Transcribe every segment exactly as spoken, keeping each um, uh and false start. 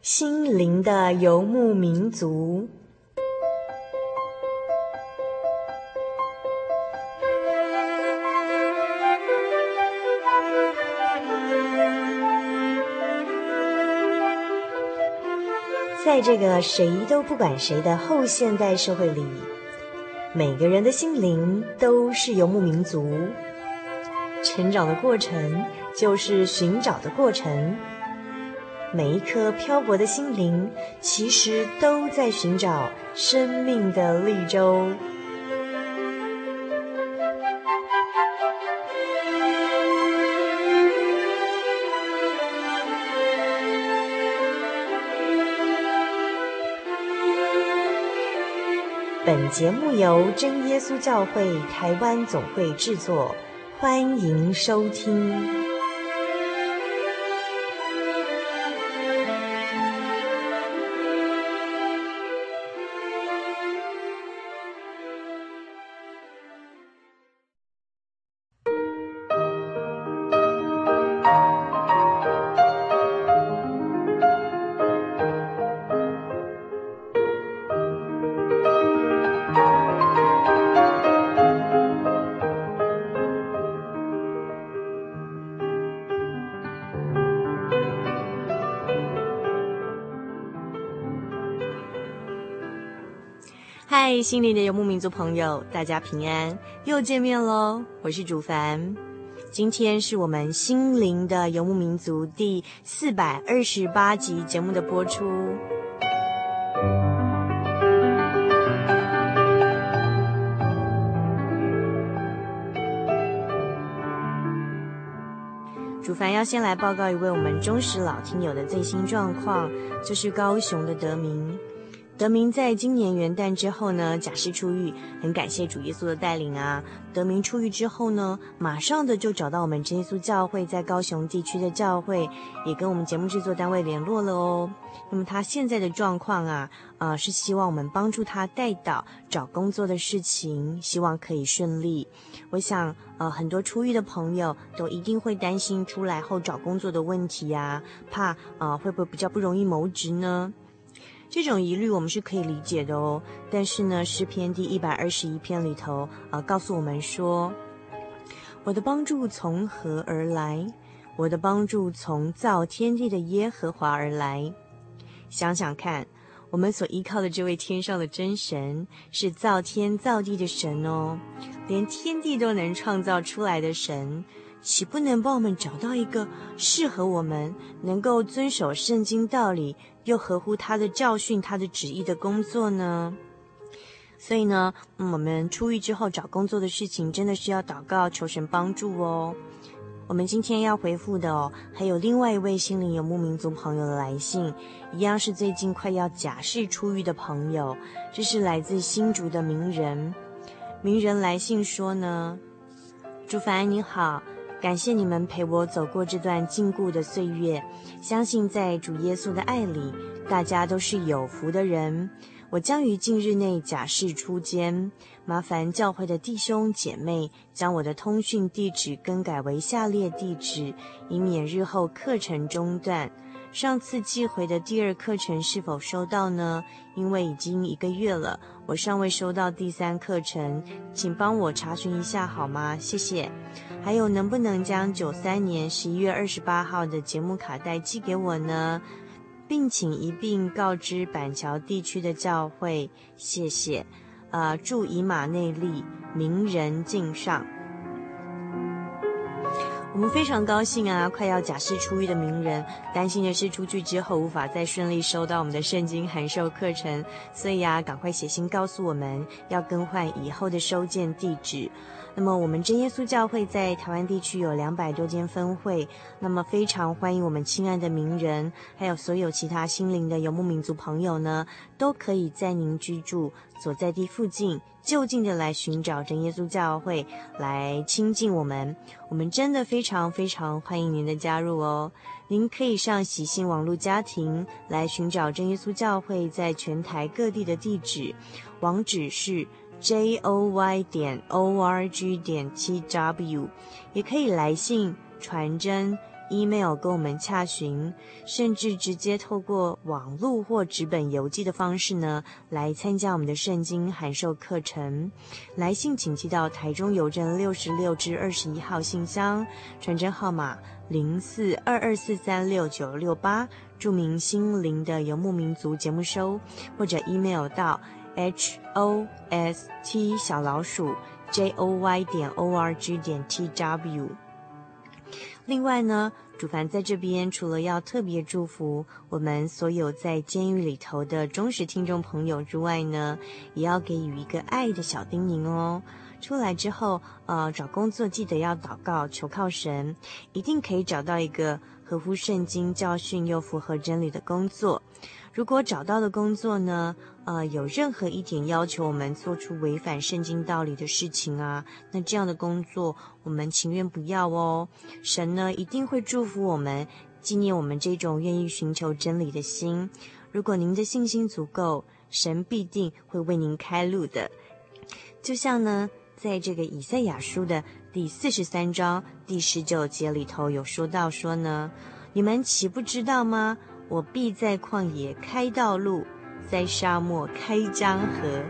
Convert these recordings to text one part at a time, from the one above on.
心灵的游牧民族。在这个谁都不管谁的后现代社会里，每个人的心灵都是游牧民族。成长的过程就是寻找的过程，每一颗漂泊的心灵其实都在寻找生命的绿洲。本节目由真耶稣教会台湾总会制作，欢迎收听。嗨，心灵的游牧民族朋友，大家平安，又见面咯，我是主凡。今天是我们心灵的游牧民族第四百二十八集节目的播出。主凡要先来报告一位我们忠实老听友的最新状况，就是高雄的德明。德明在今年元旦之后呢，假释出狱，很感谢主耶稣的带领啊。德明出狱之后呢，马上的就找到我们真耶稣教会在高雄地区的教会，也跟我们节目制作单位联络了哦。那么他现在的状况啊，呃，是希望我们帮助他代祷找工作的事情，希望可以顺利。我想，呃，很多出狱的朋友都一定会担心出来后找工作的问题啊，怕呃会不会比较不容易谋职呢？这种疑虑我们是可以理解的哦，但是呢，诗篇第一百二十一篇里头，呃，告诉我们说，我的帮助从何而来？我的帮助从造天地的耶和华而来。想想看，我们所依靠的这位天上的真神，是造天造地的神哦，连天地都能创造出来的神，岂不能帮我们找到一个适合我们能够遵守圣经道理又合乎他的教训他的旨意的工作呢？所以呢、嗯、我们出狱之后找工作的事情真的是要祷告求神帮助哦。我们今天要回复的哦，还有另外一位心灵游牧民族朋友的来信，一样是最近快要假释出狱的朋友，这是来自新竹的名人。名人来信说呢，主凡你好，感谢你们陪我走过这段禁锢的岁月，相信在主耶稣的爱里，大家都是有福的人。我将于近日内假释出监，麻烦教会的弟兄姐妹将我的通讯地址更改为下列地址，以免日后课程中断。上次寄回的第二课程是否收到呢？因为已经一个月了，我尚未收到第三课程，请帮我查询一下好吗？谢谢。还有，能不能将九三年十一月二十八号的节目卡带寄给我呢？并请一并告知板桥地区的教会，谢谢。呃，祝以马内利，名人敬上。我们非常高兴啊，快要假释出狱的名人，担心的是出去之后无法再顺利收到我们的圣经函授课程，所以啊，赶快写信告诉我们要更换以后的收件地址。那么我们真耶稣教会在台湾地区有两百多间分会，那么非常欢迎我们亲爱的名人，还有所有其他心灵的游牧民族朋友呢，都可以在您居住所在地附近就近的来寻找真耶稣教会，来亲近我们。我们真的非常非常欢迎您的加入哦。您可以上喜信网络家庭来寻找真耶稣教会在全台各地的地址，网址是j o y 点 o r g 点 t w， 也可以来信传真 email 跟我们洽询，甚至直接透过网络或纸本邮寄的方式呢，来参加我们的圣经函授课程。来信请寄到台中邮政六十六至二十一号信箱，传真号码零四二二四三六九六八，注明心灵的游牧民族节目收，或者 email 到 h o s t 小老鼠 j o y 点 o r g 点 t w。另外呢，主凡在这边除了要特别祝福我们所有在监狱里头的忠实听众朋友之外呢，也要给予一个爱的小叮咛哦。出来之后，呃，找工作记得要祷告，求靠神，一定可以找到一个合乎圣经教训又符合真理的工作。如果找到的工作呢，呃，有任何一点要求我们做出违反圣经道理的事情啊，那这样的工作我们情愿不要哦。神呢一定会祝福我们，纪念我们这种愿意寻求真理的心。如果您的信心足够，神必定会为您开路的。就像呢，在这个以赛亚书的第四十三章第十九节里头有说到说呢，你们岂不知道吗？我必在旷野开道路，在沙漠开江河。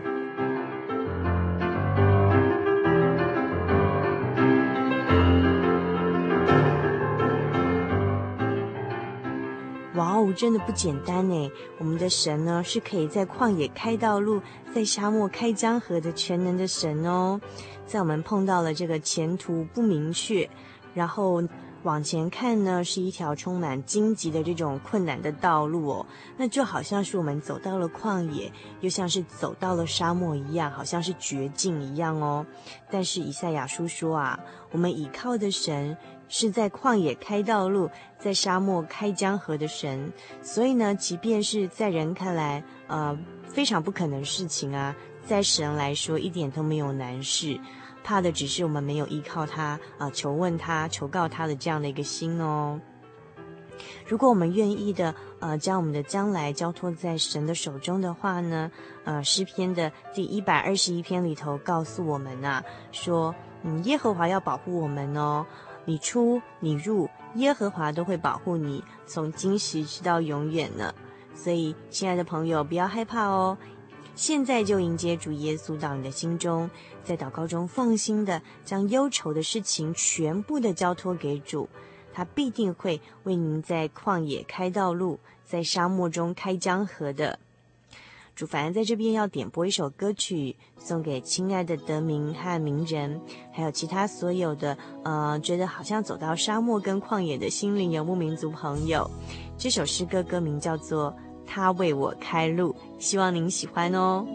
哇哦，真的不简单耶！我们的神呢，是可以在旷野开道路，在沙漠开江河的全能的神哦。在我们碰到了这个前途不明确，然后往前看呢，是一条充满荆棘的这种困难的道路哦，那就好像是我们走到了旷野，又像是走到了沙漠一样，好像是绝境一样哦。但是以赛亚书说啊，我们倚靠的神是在旷野开道路，在沙漠开江河的神，所以呢，即便是在人看来呃非常不可能事情啊，在神来说一点都没有难事。怕的只是我们没有依靠他啊、呃，求问他、求告他的这样的一个心哦。如果我们愿意的呃，将我们的将来交托在神的手中的话呢，呃，诗篇的第一百二十一篇里头告诉我们啊，说，嗯，耶和华要保护我们哦，你出你入，耶和华都会保护你，从今时直到永远呢。所以，亲爱的朋友，不要害怕哦。现在就迎接主耶稣到你的心中，在祷告中放心的将忧愁的事情全部的交托给主，他必定会为您在旷野开道路，在沙漠中开江河的。主凡在这边要点播一首歌曲，送给亲爱的德明和名人，还有其他所有的呃，觉得好像走到沙漠跟旷野的心灵游牧民族朋友。这首诗歌歌名叫做他为我开路，希望您喜欢哦。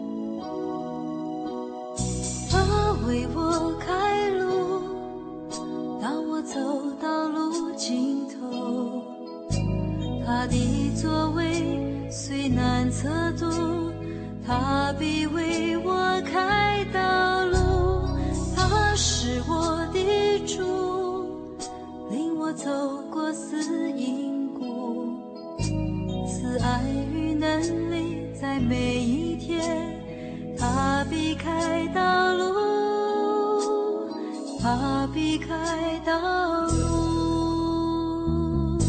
他为我开路，当我走到路尽头，他的作为虽难测度，他必为我开道路。他是我的主，领我走过死荫谷，慈爱与能力在每一天，他必开道路，他必开道路，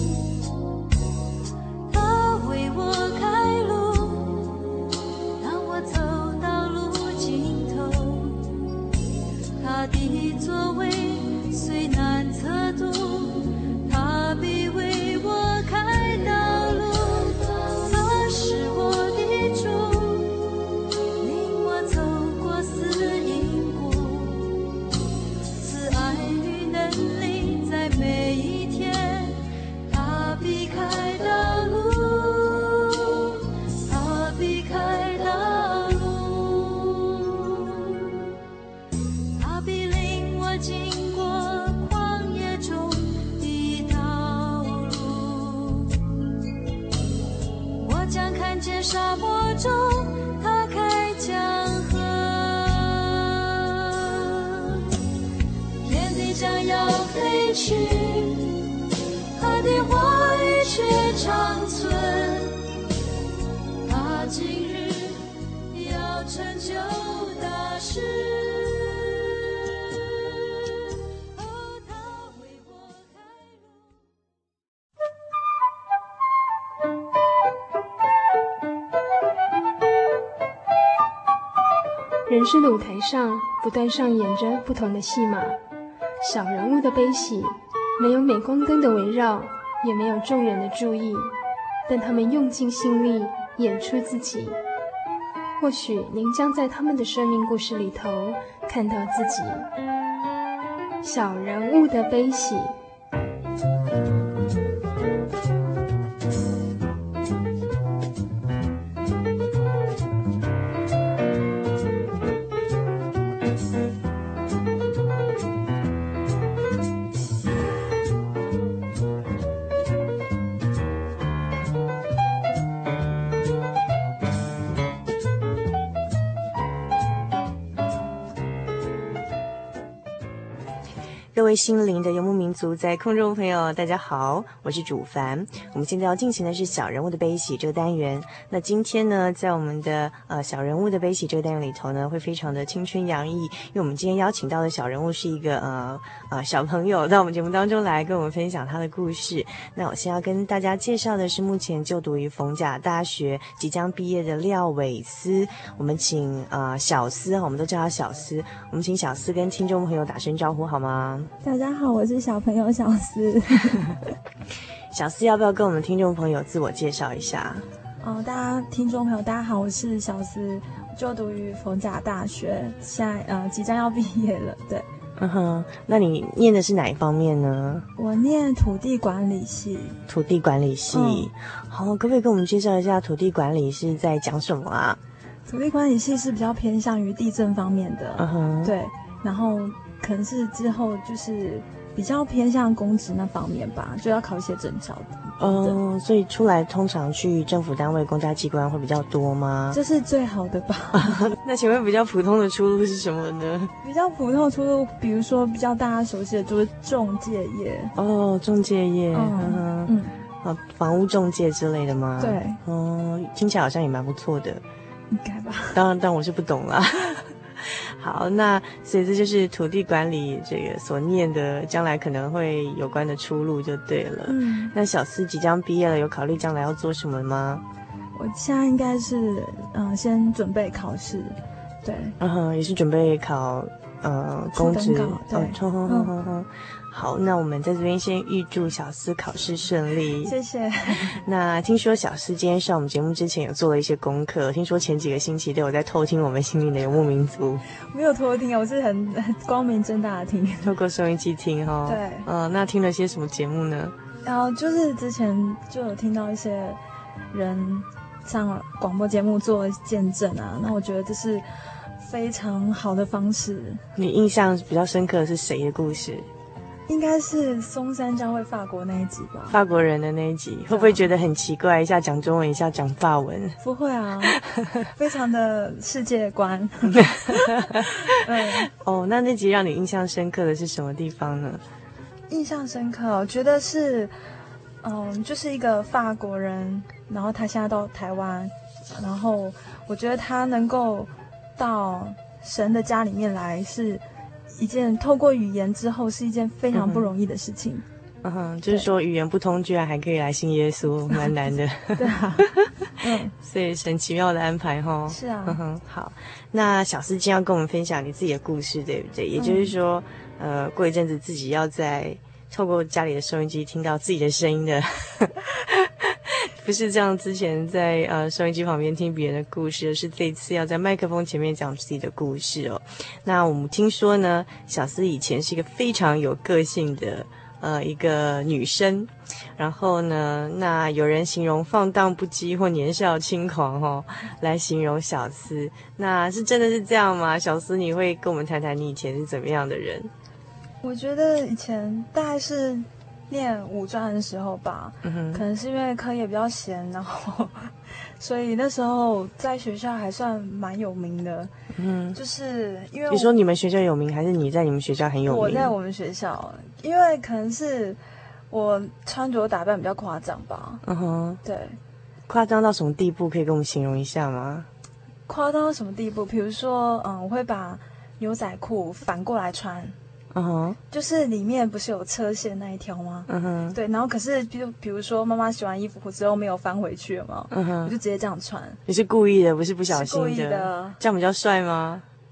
他为我开路，当我走到路尽头，他的作为虽难测度，他必为我开道路。每一天，他必开道路，他必开道路，他必领我经过旷野中的道路。我将看见沙漠中他开江河，天地将要飞去，他的话语却长存，他今日要成就大事。 人生的舞台上不断上演着不同的戏码，小人物的悲喜，没有镁光灯的围绕，也没有众人的注意，但他们用尽心力演出自己。或许您将在他们的生命故事里头看到自己。小人物的悲喜。 各位心灵的游牧民族在空中朋友大家好，我是主凡。我们现在要进行的是小人物的悲喜这个单元。那今天呢，在我们的呃小人物的悲喜这个单元里头呢，会非常的青春洋溢，因为我们今天邀请到的小人物是一个呃呃小朋友到我们节目当中来跟我们分享他的故事。那我先要跟大家介绍的是目前就读于逢甲大学即将毕业的廖伟思。我们请呃小思，我们都叫他小思，我们请小思跟听众朋友打声招呼好吗？ 大家好，我是小朋友小思。 小思要不要跟我们听众朋友自我介绍一下？ 哦，大家听众朋友大家好，我是小思，就读于逢甲大学，现在呃即将要毕业了。对， 嗯哼，那你念的是哪一方面呢？ 我念土地管理系。土地管理系，嗯、好，可不可以跟我们介绍一下土地管理是在讲什么啊？ 土地管理系是比较偏向于地震方面的， 嗯哼， 对，然后可能是之后就是比较偏向公职那方面吧，就要考一些证照的。 哦，所以出来通常去政府单位、公家机关会比较多吗？ 这是最好的吧。 那请问比较普通的出路是什么呢？ 比较普通的出路，比如说比较大家熟悉的就是仲介业。 哦，仲介业， 嗯嗯嗯， 啊，房屋仲介之类的吗？ 对， 哦，听起来好像也蛮不错的。 应该吧？ 当然，但我是不懂啦。好，那所以这就是土地管理这个所念的，将来可能会有关的出路就对了。 嗯， 那小思即将毕业了，有考虑将来要做什么吗？ 我现在应该是嗯、呃，先准备考试，对， 嗯哼，也是准备考呃公职， 对， 哦，哼哼哼哼哼。好，那我们在这边先预祝小思考试顺利， 谢谢。 那听说小思今天上我们节目之前有做了一些功课，听说前几个星期都有在偷听我们心灵的游牧民族。 没有偷听啊，我是很很光明正大的听， 透过收音机听哈、哦。 对， 嗯、呃，那听了些什么节目呢？ 然后就是之前就有听到一些人上广播节目做见证啊，那我觉得这是非常好的方式。 你印象比较深刻的是谁的故事？ 应该是松山教会法国那一集吧， 法国人的那一集，会不会觉得很奇怪？一下讲中文，一下讲法文？ 不会啊，非常的世界观。 嗯，哦，那那集让你印象深刻的是什么地方呢？ 印象深刻，我觉得是，嗯，就是一个法国人，然后他现在到台湾，然后我觉得他能够到神的家里面来是。一件透过语言之后是一件非常不容易的事情， 嗯哼，就是说语言不通居然还可以来信耶稣，蛮难的。 对啊，嗯， 所以神奇妙的安排齁。 是啊， 嗯哼，好，那小思今天要跟我们分享你自己的故事，对不对？也就是说，嗯、呃，过一阵子自己要在透过家里的收音机听到自己的声音的。不是这样，之前在呃收音机旁边听别人的故事，而是这一次要在麦克风前面讲自己的故事哦。那我们听说呢，小思以前是一个非常有个性的呃一个女生，然后呢，那有人形容放荡不羁或年少轻狂哦，来形容小思，那是真的是这样吗？小思，你会跟我们谈谈你以前是怎么样的人？ 我觉得以前大概是念五专的时候吧， 嗯哼， 可能是因为课业比较闲，然后所以那时候在学校还算蛮有名的。 嗯， 就是因为你说你们学校有名，还是你在你们学校很有名？ 我在我们学校，因为可能是我穿着打扮比较夸张吧。 嗯哼， 对， 夸张到什么地步？可以跟我们形容一下吗？ 夸张到什么地步？比如说，嗯，我会把牛仔裤反过来穿。 嗯哼， 就是里面不是有车线那一条吗？ 嗯哼， 对，然后可是比如比如说妈妈洗完衣服之后没有翻回去了嘛， 嗯哼， 我就直接这样穿。 你是故意的，不是不小心的？ 是故意的。 这样比较帅吗？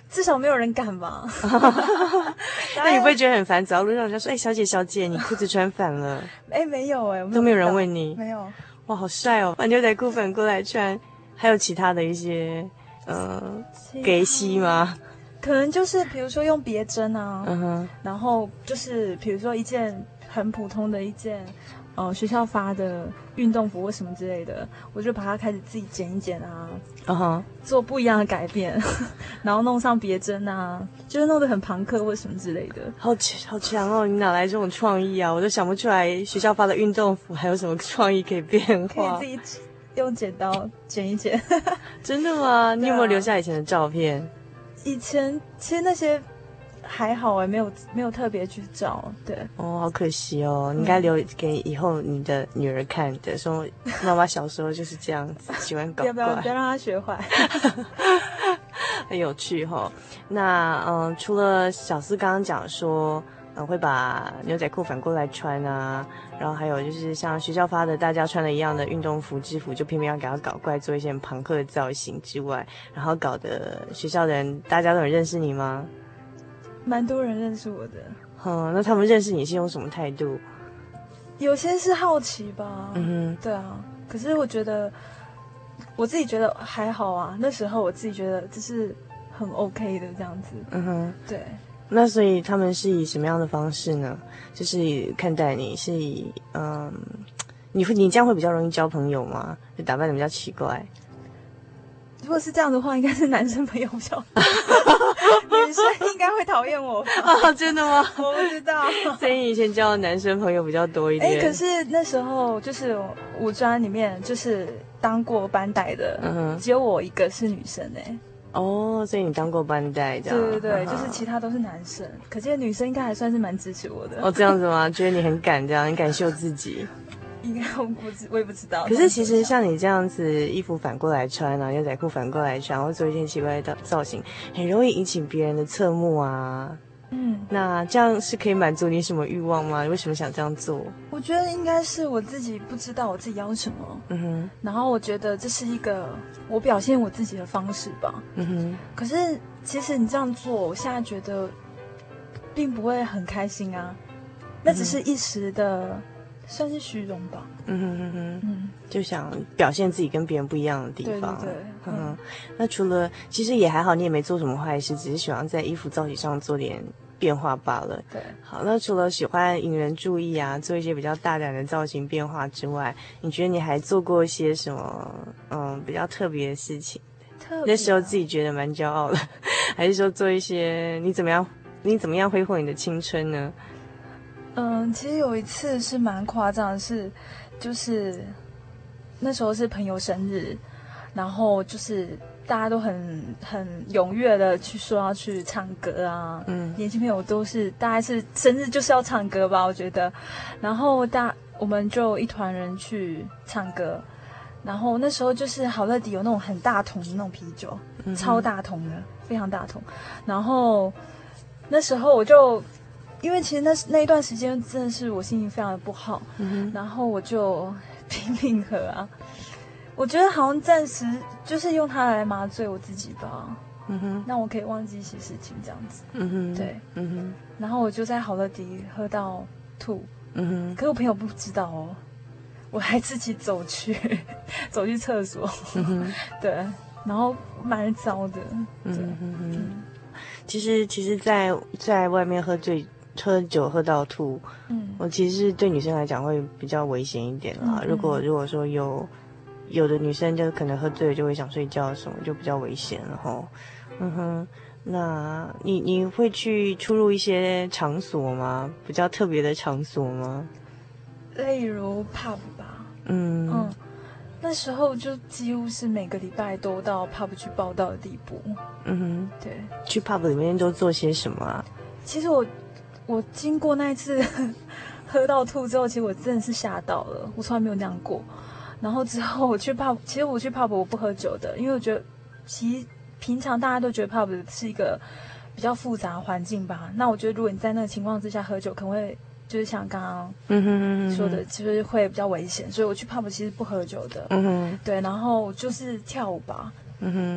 至少没有人敢吧。 那你不会觉得很烦？走到路上人家说：“哎、欸，小姐小姐，你裤子穿反了。” 哎、欸，没有哎、欸， 都没有人问你， 没有。 哇，好帅哦！把牛仔裤反过来穿，还有其他的一些呃给息吗？ 可能就是比如说用别针啊， 嗯哼，然后就是比如说一件很普通的一件。呃，学校发的运动服或什么之类的，我就把它开始自己剪一剪啊， 嗯哼， 做不一样的改变，然后弄上别针啊，就是弄得很朋克或什么之类的。 好强，好强哦！你哪来这种创意啊？我都想不出来，学校发的运动服还有什么创意可以变化？ 可以自己用剪刀剪一剪。 真的吗？你有没有留下以前的照片？ 以前其实那些。还好哎，没有没有特别去找，对哦，好可惜哦，你应该留给以后你的女儿看的，说妈妈小时候就是这样子，喜欢搞怪， 不要不要不要让她学坏， 很有趣哈、哦。那嗯，除了小四刚刚讲说，嗯，会把牛仔裤反过来穿啊，然后还有就是像学校发的大家穿的一样的运动服制服，就偏偏要给他搞怪，做一些朋克的造型之外，然后搞得学校的人大家都很认识你吗？ 蛮多人认识我的， 嗯，那他们认识你是用什么态度？ 有些是好奇吧， 嗯哼， 对啊。可是我觉得，我自己觉得还好啊。那时候我自己觉得这是很 OK 的这样子， 嗯哼， 对。 那所以他们是以什么样的方式呢？就是看待你是以嗯，你会你这样会比较容易交朋友吗？就打扮得比较奇怪。 如果是这样的话，应该是男生朋友比较多，女生应该会讨厌我吧？ 啊，真的吗？ 我不知道。 所以你以前交的男生朋友比较多一点。 哎，可是那时候就是五专里面就是当过班带的，嗯、只有我一个是女生哎、欸。 哦，所以你当过班带这样？ 对对对，就是其他都是男生，可见女生应该还算是蛮支持我的。 哦，这样子吗？觉得你很敢这样，很敢秀自己。 应该我不知我也不知道。 可是其实像你这样子，衣服反过来穿啊，牛仔裤反过来穿，然后做一些奇怪的造型，很容易引起别人的侧目啊。嗯，那这样是可以满足你什么欲望吗？你为什么想这样做？ 我觉得应该是我自己不知道我自己要什么。嗯哼。然后我觉得这是一个我表现我自己的方式吧。嗯哼。可是其实你这样做，我现在觉得并不会很开心啊。那只是一时的。嗯，算是虚荣吧， 嗯哼哼哼，嗯，就想表现自己跟别人不一样的地方， 对对对， 嗯哼。那除了其实也还好，你也没做什么坏事，只是喜欢在衣服造型上做点变化罢了。 对， 好，那除了喜欢引人注意啊，做一些比较大胆的造型变化之外，你觉得你还做过一些什么嗯比较特别的事情？ 特别、啊、 那时候自己觉得蛮骄傲的，还是说做一些你怎么样你怎么样挥霍你的青春呢？ 嗯，其实有一次是蛮夸张的是，就是那时候是朋友生日，然后就是大家都很很踊跃的去说要去唱歌啊，嗯，年轻朋友都是大概是生日就是要唱歌吧，我觉得，然后大我们就一团人去唱歌，然后那时候就是好乐迪有那种很大桶的那种啤酒，嗯、超大桶的，非常大桶，然后那时候我就。因为其实那那一段时间真的是我心情非常的不好，嗯、然后我就拼命喝啊，我觉得好像暂时就是用它来麻醉我自己吧，嗯哼，让我可以忘记一些事情这样子，嗯哼，对，嗯哼，然后我就在好乐迪喝到吐，嗯哼，可是我朋友不知道哦，我还自己走去走去厕所，嗯哼，对，然后蛮糟的，对，嗯哼嗯，其实其实在在外面喝醉。喝酒喝到吐，嗯，我其实是对女生来讲会比较危险一点啦。嗯、如果如果说有有的女生就可能喝醉了就会想睡觉什么，就比较危险了齁。嗯哼，那你你会去出入一些场所吗？比较特别的场所吗？ 例如 pub 吧。嗯嗯，那时候就几乎是每个礼拜都到 pub 去报到的地步。嗯哼， 对。 去 pub 里面都做些什么啊？ 其实我。我经过那一次喝到吐之后，其实我真的是吓到了，我从来没有那样过。然后之后我去 pub， 其实我去 pub 我不喝酒的，因为我觉得其实平常大家都觉得 pub 是一个比较复杂的环境吧。那我觉得如果你在那个情况之下喝酒，可能会就是像刚刚说的，其实会比较危险。所以我去 pub 其实不喝酒的。嗯哼，对，然后就是跳舞吧。嗯哼，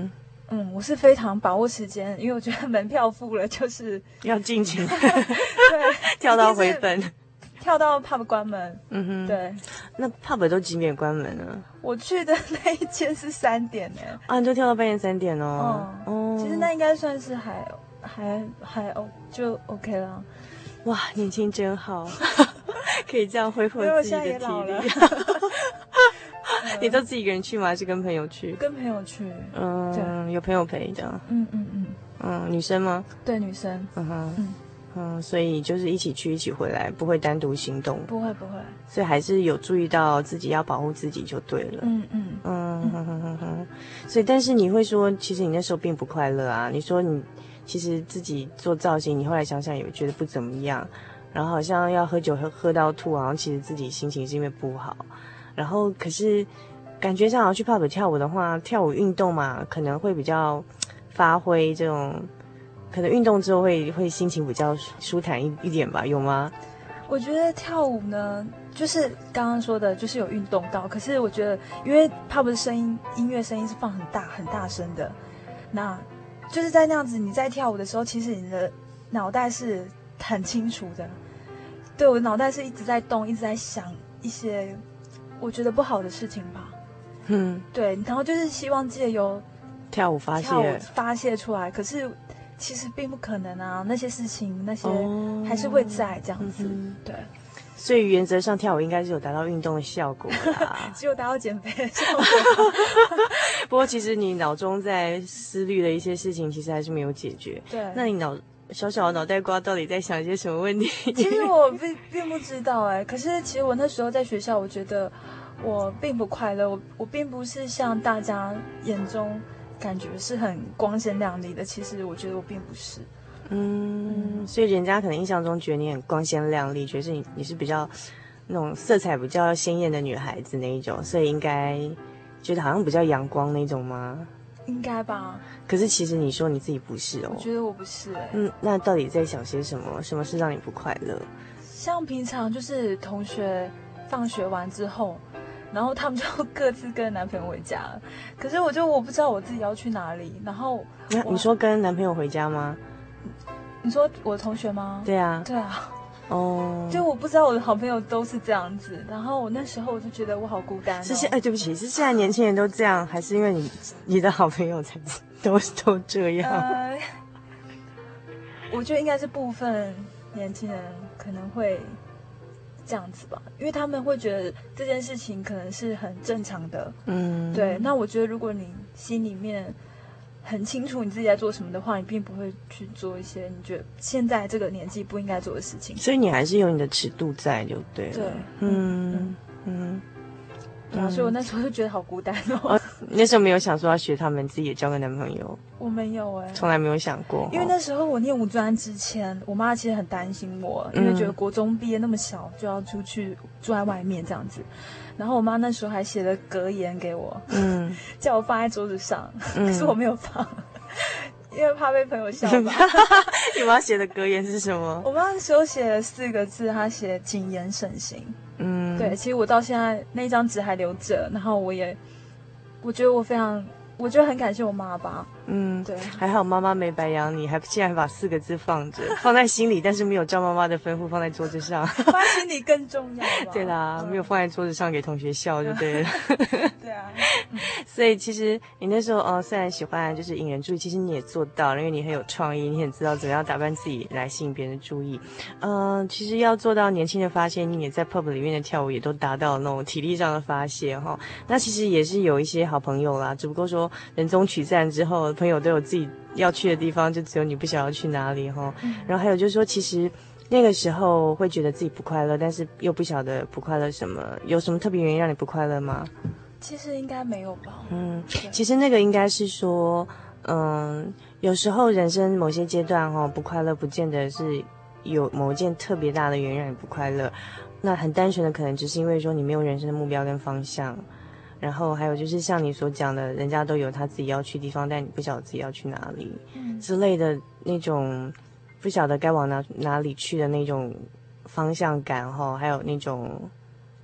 嗯，我是非常把握时间，因为我觉得门票付了就是要尽情对跳到回本， 跳到 pub 关门。 嗯哼， 对。 那 pub 都几点关门呢？ 我去的那一间是三点呢。 啊，你就跳到半夜三点哦。 嗯，哦，其实那应该算是还还还哦，就 OK 了。 哇，年轻真好，可以这样挥霍自己的体力。你都自己一个人去吗？还是跟朋友去？ 跟朋友去。 嗯，对，有朋友陪的。 嗯嗯嗯。 嗯，女生吗？ 对，女生。 嗯哼。嗯嗯，所以就是一起去，一起回来，不会单独行动。 不会不会。 所以还是有注意到自己要保护自己就对了。 嗯嗯嗯哼哼哼哼。所以，但是你会说，其实你那时候并不快乐啊。你说你其实自己做造型，你后来想想也觉得不怎么样，然后好像要喝酒喝喝到吐，好像其实自己心情是因为不好。然后可是感觉上好像去 pub 跳舞的话，跳舞运动嘛，可能会比较发挥这种，可能运动之后会会心情比较舒坦一一点吧，有吗？ 我觉得跳舞呢，就是刚刚说的，就是有运动到。可是我觉得，因为 pub 的声音，音乐声音是放很大很大声的，那就是在那样子你在跳舞的时候，其实你的脑袋是很清楚的。对，我的脑袋是一直在动，一直在想一些我觉得不好的事情吧。嗯，对，然后就是希望借由跳舞发泄， 跳舞发泄出来。可是其实并不可能啊，那些事情那些还是会在这样子。哦嗯、对， 所以原则上跳舞应该是有达到运动的效果啦， 只有达到减肥的效果。 不过其实你脑中在思虑的一些事情，其实还是没有解决。 对， 那你脑小小的脑袋瓜到底在想一些什么问题？ 其实我并并不知道哎、欸，可是其实我那时候在学校，我觉得我并不快乐，我我并不是像大家眼中感觉是很光鲜亮丽的，其实我觉得我并不是。 嗯，嗯，所以人家可能印象中觉得你很光鲜亮丽，觉得你你是比较那种色彩比较鲜艳的女孩子那一种，所以应该觉得好像比较阳光那种吗？ 应该吧。 可是其实你说你自己不是哦。 我觉得我不是哎、欸。 嗯，那到底在想些什么？什么是让你不快乐？ 像平常就是同学放学完之后，然后他们就各自跟男朋友回家了，可是我就我不知道我自己要去哪里。然后你说跟男朋友回家吗？ 你说我同学吗？ 对啊， 对啊。 哦， 就我不知道我的好朋友都是这样子，然后我那时候我就觉得我好孤单、哦。 是现哎，对不起，是现在年轻人都这样，还是因为你你的好朋友才都都这样？呃， 我觉得应该是部分年轻人可能会这样子吧，因为他们会觉得这件事情可能是很正常的。嗯，对。那我觉得如果你心里面很清楚你自己在做什么的话，你并不会去做一些你觉得现在这个年纪不应该做的事情。 所以你还是有你的尺度在就对了。 对， 嗯嗯嗯。 对啊，所以我那时候就觉得好孤单哦。 哦，那时候没有想说要学他们，自己也交个男朋友。 我没有哎、欸， 从来没有想过。 因为那时候我念五专之前，我妈其实很担心我，因为觉得国中毕业那么小就要出去住在外面这样子。然后我妈那时候还写了格言给我，嗯，叫我放在桌子上，嗯、可是我没有放，因为怕被朋友笑吧。 你妈写的格言是什么？ 我妈那时候写了四个字，她写谨言慎行。嗯，对，其实我到现在那张纸还留着，然后我也，我觉得我非常，我觉得很感谢我妈吧。嗯，对， 还好妈妈没白养你，还竟然还把四个字放着，放在心里，但是没有照妈妈的吩咐放在桌子上。 放在心里更重要吧？ 对啦，嗯、没有放在桌子上给同学笑就对了。 对啊， 嗯、所以其实你那时候哦，虽然喜欢就是引人注意，其实你也做到了，因为你很有创意，你很知道怎么样打扮自己来吸引别人的注意。嗯、呃，其实要做到年轻的发泄，你也在 pub 里面的跳舞也都达到那种体力上的发泄哈。那其实也是有一些好朋友啦，只不过说人终取散之后。朋友都有自己要去的地方，就只有你不想要去哪里哈。嗯、然后还有就是说，其实那个时候会觉得自己不快乐，但是又不晓得不快乐什么。有什么特别原因让你不快乐吗？ 其实应该没有吧。 嗯，其实那个应该是说，嗯，有时候人生某些阶段哈，不快乐不见得是有某一件特别大的原因让你不快乐。那很单纯的可能只是因为说你没有人生的目标跟方向。然后还有就是像你所讲的，人家都有他自己要去的地方，但你不晓得自己要去哪里、嗯、之类的那种，不晓得该往哪哪里去的那种方向感哈，还有那种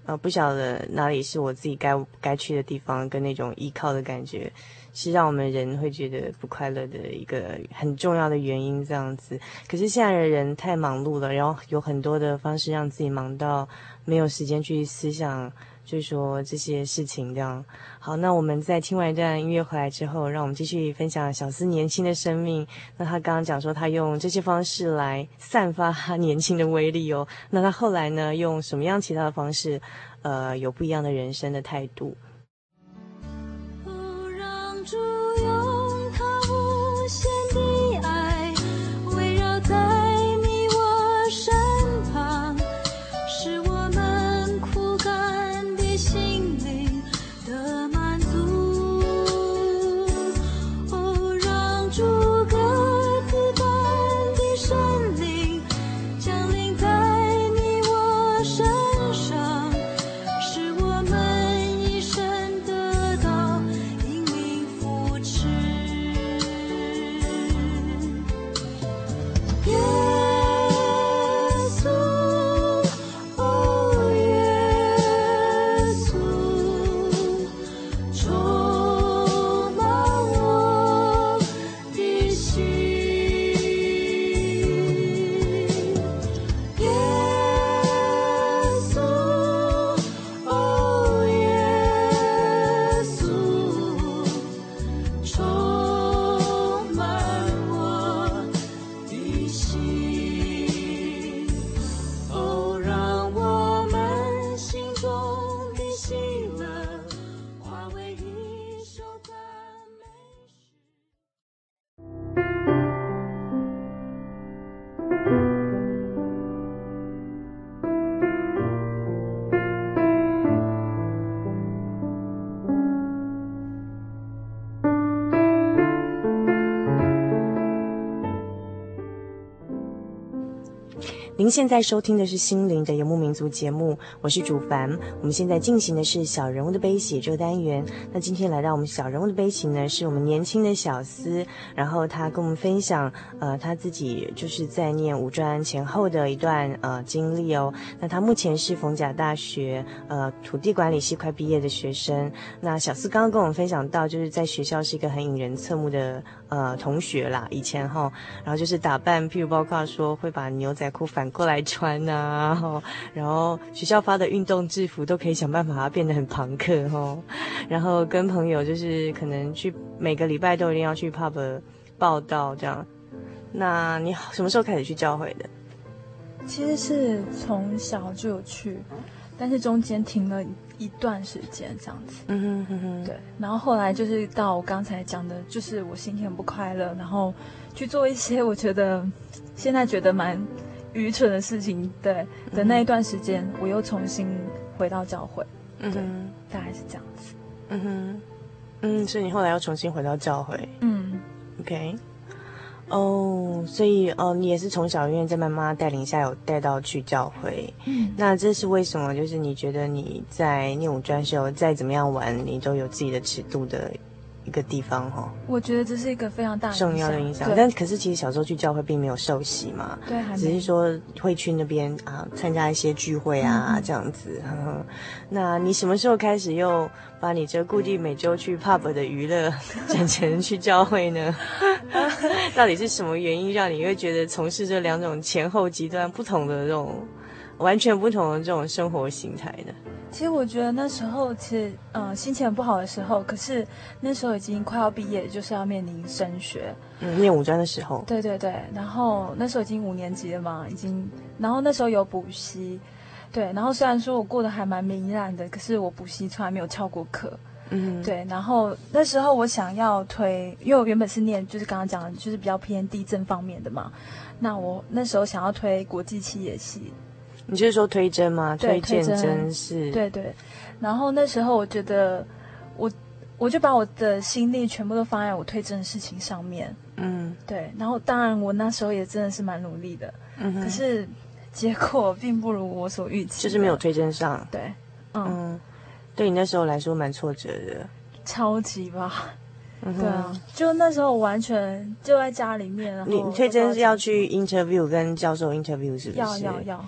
呃，不晓得哪里是我自己该该去的地方，跟那种依靠的感觉，是让我们人会觉得不快乐的一个很重要的原因。这样子，可是现在的人太忙碌了，然后有很多的方式让自己忙到没有时间去思想，就是说这些事情这样。好，那我们在听完一段音乐回来之后，让我们继续分享小思年轻的生命。那他刚刚讲说他用这些方式来散发他年轻的威力哦，那他后来呢用什么样其他的方式呃有不一样的人生的态度。 不让主用他无限的爱围绕在你我身旁，使我们枯干的心灵得满足。哦，让主鸽子般的神灵降临在你我身上，使我们一生得到引领扶持。耶稣，哦耶稣，充满我的心。耶稣，哦耶稣，充满我的心。哦，让我们心中的喜乐化为一首赞美诗。 您现在收听的是心灵的游牧民族节目，我是主凡。我们现在进行的是小人物的悲喜这个单元。那今天来到我们小人物的悲喜呢，是我们年轻的小思，然后他跟我们分享呃他自己就是在念五专前后的一段呃经历哦。那他目前是逢甲大学呃土地管理系快毕业的学生。那小思刚刚跟我们分享到，就是在学校是一个很引人侧目的呃同学啦，以前哈，然后就是打扮，譬如包括说会把牛仔裤反过来穿啊，然后然后学校发的运动制服都可以想办法把它变得很朋克哦，然后跟朋友就是可能去每个礼拜都一定要去 pub 报道这样。那你什么时候开始去教会的？ 其实是从小就有去，但是中间停了一段时间这样子。 嗯哼哼哼， 对，然后后来就是到我刚才讲的，就是我心情很不快乐，然后去做一些我觉得现在觉得蛮愚蠢的事情，对的那一段时间，我又重新回到教会。 嗯对， 哼， 大概是这样子。 嗯哼，嗯，所以你后来又重新回到教会。 嗯 OK。哦，所以哦，你也是从小因为在妈妈带领下有带到去教会， 嗯， 那这是为什么？就是你觉得你在念五专时候再怎么样玩，你都有自己的尺度的一个地方哈、哦， 我觉得这是一个非常大的重要的影响。 对但可是其实小时候去教会并没有受洗嘛， 对，还没只是说会去那边啊参加一些聚会啊、嗯、这样子。呵呵，那你什么时候开始又把你这固定每周去 pub 的娱乐转成去教会呢？到底是什么原因让你会觉得从事这两种前后极端不同的这种完全不同的这种生活形态呢？ 其实我觉得那时候其实呃心情很不好的时候，可是那时候已经快要毕业，就是要面临升学。 嗯，念五专的时候。 对对对，然后那时候已经五年级了嘛，已经，然后那时候有补习，对，然后虽然说我过得还蛮糜烂的，可是我补习从来没有翘过课。 嗯， 对，然后那时候我想要推，因为我原本是念就是刚刚讲的，就是比较偏地震方面的嘛，那我那时候想要推国际企业系。 你就是说推甄吗？ 对， 推荐真是。 对对，然后那时候我觉得我我就把我的心力全部都放在我推甄的事情上面。嗯，对，然后当然我那时候也真的是蛮努力的，嗯，可是结果并不如我所预期， 就是没有推甄上。 对，嗯。嗯， 对你那时候来说蛮挫折的， 超级吧，嗯、对啊，就那时候完全就在家里面。然后你推甄是要去 interview 跟教授 interview 是不是？ 要要要。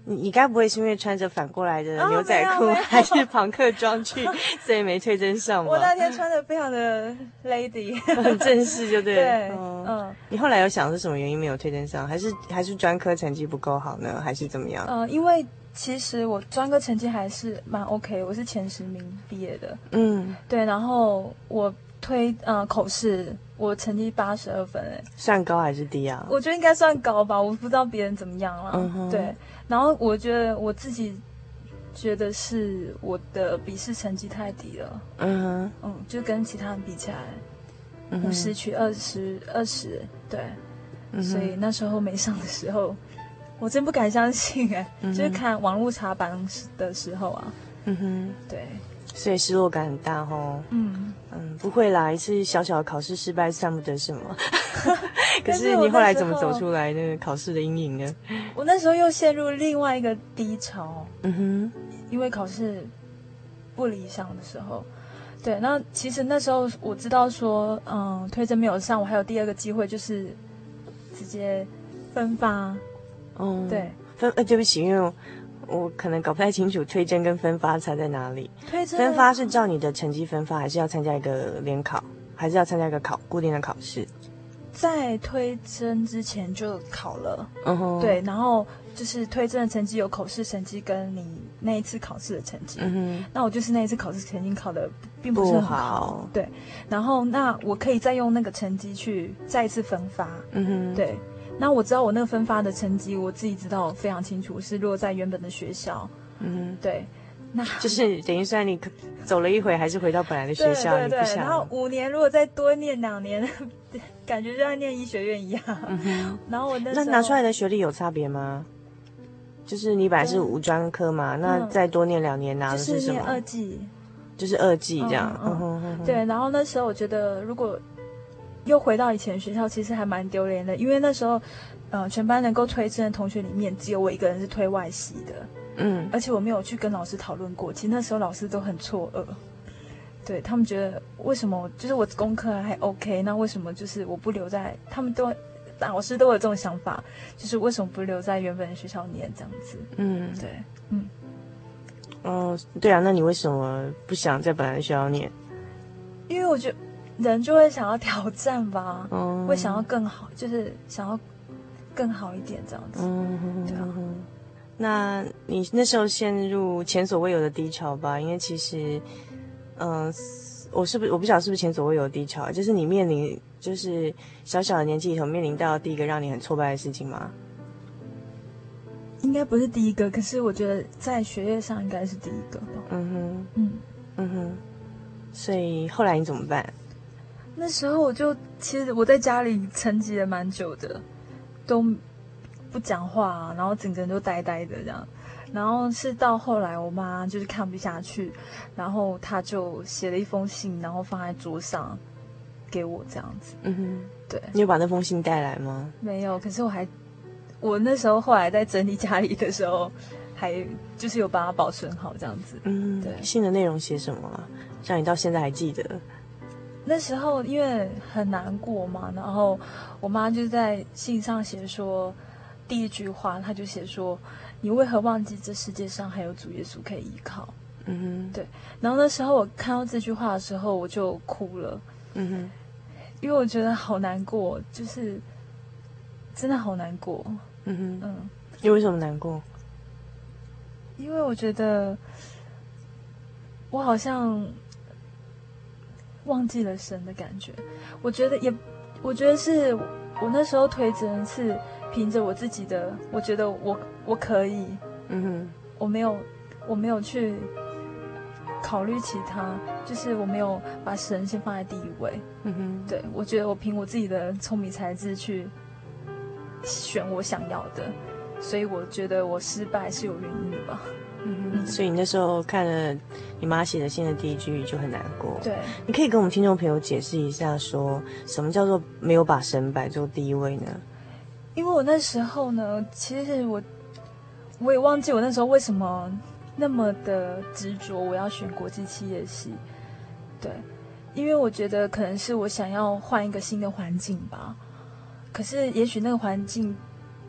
你你该不会是因为穿着反过来的哦牛仔裤、 没有没有还是朋克装去，所以没推甄上吧？ 我那天穿的非常的 lady， 很正式，就对。 对， 嗯。 嗯你后来有想是什么原因没有推甄上，还是还是专科成绩不够好呢，还是怎么样？ 呃，因为其实我专科成绩还是蛮 OK，我是前十名毕业的。 嗯， 对，然后我推呃口试，我成绩八十二分，哎， 算高还是低啊？ 我觉得应该算高吧，我不知道别人怎么样了。 嗯哼。 对，然后我觉得我自己觉得是我的笔试成绩太低了。 嗯哼。 嗯，就跟其他人比起来， 嗯哼五十取二十二十，对。 嗯哼。 所以那时候没上的时候，我真不敢相信哎、 嗯哼就是看网络查榜的时候啊， 嗯哼。 对， 所以失落感很大吼。 嗯嗯，不会啦，一次小小的考试失败算不得什么。可但是是你后来怎么我那时候走出来那个考试的阴影呢？ 我那时候又陷入另外一个低潮， 嗯哼。 因为考试不理想的时候，对，那其实那时候我知道说，嗯，推甄没有上，我还有第二个机会，就是直接分发。 哦， 对， 分呃，对不起，因为我我可能搞不太清楚推甄跟分发差在哪里。 推甄分发是照你的成绩分发，还是要参加一个联考，还是要参加一个考固定的考试？ 在推甄之前就考了， 嗯哼。 对，然后就是推甄的成绩有口试成绩跟你那一次考试的成绩。 嗯哼。 那我就是那一次考试成绩考的并不是不很好， 好。 对。然后那我可以再用那个成绩去再一次分发。 嗯哼。 对。那我知道我那个分发的成绩，我自己知道非常清楚，是落在原本的学校。 嗯哼。 对。那就是等于算你走了一回，还是回到本来的学校， 对对对， 你不想。 然后五年如果再多念两年，感觉就像念医学院一样。 嗯哼。 然后我那时候那拿出来的学历有差别吗？就是你本来是五专科嘛，那再多念两年拿的就是是什么？ 念二技， 就是二技这样。 嗯嗯哼哼哼。 对，然后那时候我觉得，如果又回到以前的学校，其实还蛮丢脸的，因为那时候，呃，全班能够推甄的同学里面，只有我一个人是推外系的。 嗯。 而且我没有去跟老师讨论过，其实那时候老师都很错愕，对他们觉得为什么就是我功课还 OK， 那为什么就是我不留在，他们都老师都有这种想法，就是为什么不留在原本的学校念这样子？ 嗯。 对，嗯。 哦，对啊，那你为什么不想在本来的学校念？ 因为我觉得人就会想要挑战吧， 嗯， 会想要更好，就是想要更好一点这样子。 嗯， 对啊。 那你那时候陷入前所未有的低潮吧？因为其实，嗯、呃，我是不是我不晓得是不是前所未有的低潮，就是你面临就是小小的年纪里头面临到第一个让你很挫败的事情吗？ 应该不是第一个，可是我觉得在学业上应该是第一个吧。 嗯哼。 嗯嗯哼。所以后来你怎么办？ 那时候我就其实我在家里沉寂了蛮久的，都不讲话、啊，然后整个人都呆呆的这样。然后是到后来我妈就是看不下去，然后她就写了一封信，然后放在桌上给我这样子。 嗯哼。 对。 你有把那封信带来吗？ 没有，可是我还我那时候后来在整理家里的时候，还就是有把它保存好这样子。 嗯， 对。 信的内容写什么啊？让你到现在还记得？ 那时候因为很难过嘛，然后我妈就在信上写说，第一句话她就写说，你为何忘记这世界上还有主耶稣可以依靠？ 嗯哼。 对。然后那时候我看到这句话的时候，我就哭了。 嗯哼。 因为我觉得好难过，就是真的好难过。 嗯哼。 嗯。 你为什么难过？ 因为我觉得我好像忘记了神的感觉。我觉得也，我觉得是我那时候推甄是凭着我自己的，我觉得我我可以， 嗯哼， 我没有我没有去考虑其他，就是我没有把神先放在第一位。 嗯哼， 对，我觉得我凭我自己的聪明才智去选我想要的，所以我觉得我失败是有原因的吧。 嗯哼，所以你那时候看了你妈写的信的第一句就很难过。 对， 你可以跟我们听众朋友解释一下，说什么叫做没有把神摆做第一位呢？ 因为我那时候呢，其实我我也忘记我那时候为什么那么的执着，我要选国际企业系。对，因为我觉得可能是我想要换一个新的环境吧。可是也许那个环境